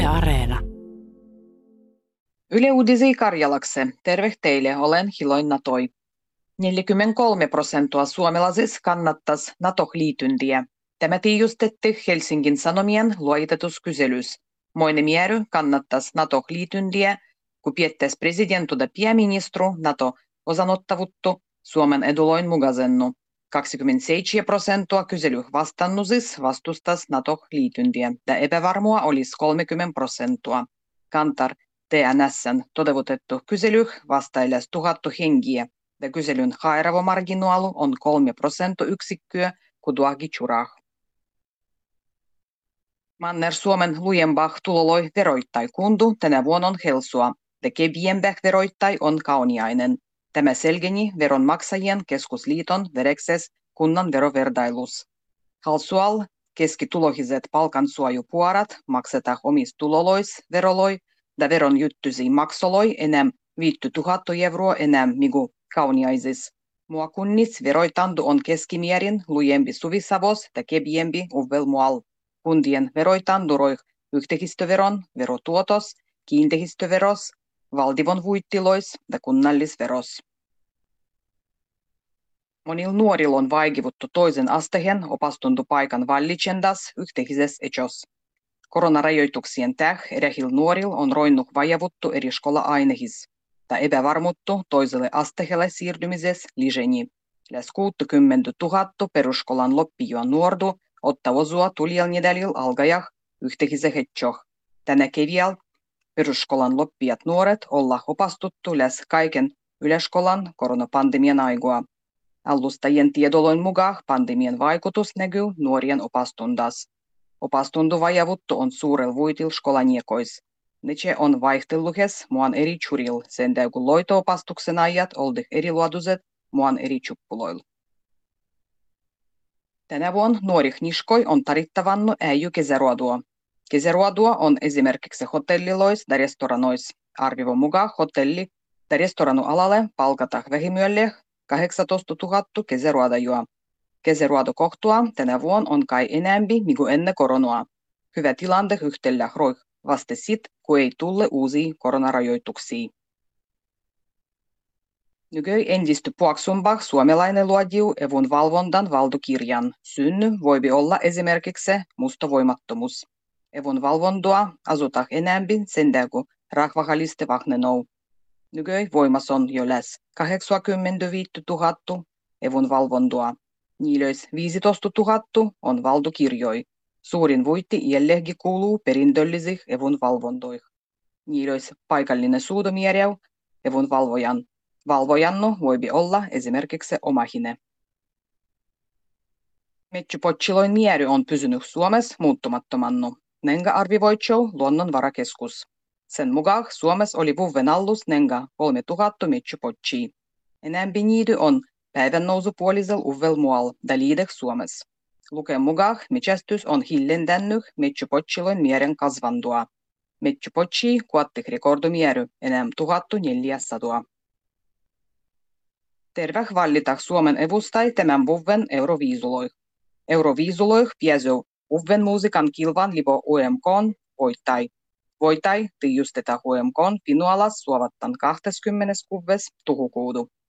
Yle Areena. Yle Uudisi Karjalakse. Terve teille, olen Hiloin Natoi. 43% suomalaisista kannattaisi NATO-liityntiä. Tämä tiijustetti Helsingin Sanomien luotetuskyselys. Moinen mieru kannattaisi NATO-liityntiä, kun piettäisi presidentuda pääministru NATO osanottavuttu Suomen eduloin mukasennu. 27% kysely vastannusissa vastustaisi NATO-liityntiä, ja epävarmua olisi 30%. Kantar TNS:n toteutettu kysely vastailes 1000 hengiä, ja kyselyn hairavomarginaalu on 3%, kuduakin churah. Manner-Suomen lujempah tuloloi veroittai kundu tänä vuonna on Helsua, ja keviempää veroittai on Kauniainen. Tämä selgeni veronmaksajien keskusliiton verekses kunnan veroverdailus. Halsual keskitulohiset palkansuojupuorat maksetaan omista tulolois veroloi, ja veron juttusi maksoloi enää 5000 euroa enää migu Kauniaisis. Mua kunnits veroitandu on keskimierin lujempi Suvisavos ja keviempi Uvelmual. Kundien veroitanduroi yhteistöveron, verotuotos, kiinteistöveros, valdivon vuittilois ja kunnallisveros. Monilla nuorilla on vaikivuttu toisen asteen opastuntu-paikan vallitsendas yhteisessä echos. Koronarajoituksien erehillä nuorilla on roinnut vajavuttu eri skola-ainehis, ja epävarmuttu toiselle asteelle siirtymisessä liseni. Lähes 60 000 peruskolan loppijoa nuordu ottaa osua tulijalla nedälillä algajah yhteisessä hetjoh. Tänä kevial peruskolan loppijat nuoret olla opastuttu lähes kaiken yleiskolan koronapandemian aigua. Alustajien tiedoloin mukaan pandemian vaikutus näkyy nuorien opastundas. Opastundu vajavuttu on suurel vuitil skolaniekois. Nece on vaihteluhes muan eri churil, sen kun loito-opastuksen ajat oldih eri luoduset muan eri chuppuloil. Tänä vuonna nuorih niskoi on tarittavannu äijy kesäruodua. Kesäruodua on esimerkiksi hotellilois ja restoranois. Arvivon mukaan hotelli- ja restoranu-alalle palkataan vähimyölle 18 000 kesäruodajua. Kesäruodokohtua tänä vuonna on kai enämpi migu ennen koronaa. Hyvä tilante yhtellä roih vasta sit, kun ei tulle uusia koronarajoituksia. Nykyään entistä puoksumpah suomalainen luodiu evun valvondan valdokirjan. Synny voipi olla esimerkiksi mustavoimattomuus. Evun valvontua asutaan enämpi sen kun rahvahaliste vahnenou. Nykyään voimas on jo läs 85 000 evun valvontua. Niilöis 15 000 on valdokirjoi. Suurin voitti iällehki kuuluu perintöllisih evun valvontoih. Niilöis paikallinen suudomierjäu evun valvojan. Valvojannu voipi olla esimerkiksi omahine. Metsypotchiloin miery on pysynyt Suomessa muuttumattomannu. Nenga arvivoitsou luonnonvarakeskus. Sen mukaan Suomessa oli vuoden allus nenga 3000 metsypotchia. Enämpi niidy on päivän nousupuolisella Uvelmual ja liideh Suomessa. Lukeen mukaan metsästys on hillendännyt metsypotchiloin mieren kasvandua. Metsypotchi kuottih rekordomiery enää 1400. Terveh vallitah Suomen evustai tämän vuoden Euroviisuloih. Euroviisuloih piäsö vuoden muusikan kilvan libo UMK:n voittai. Voittai tiijustetaan UMK:n pinualas suovattan 26. tuhukuudu.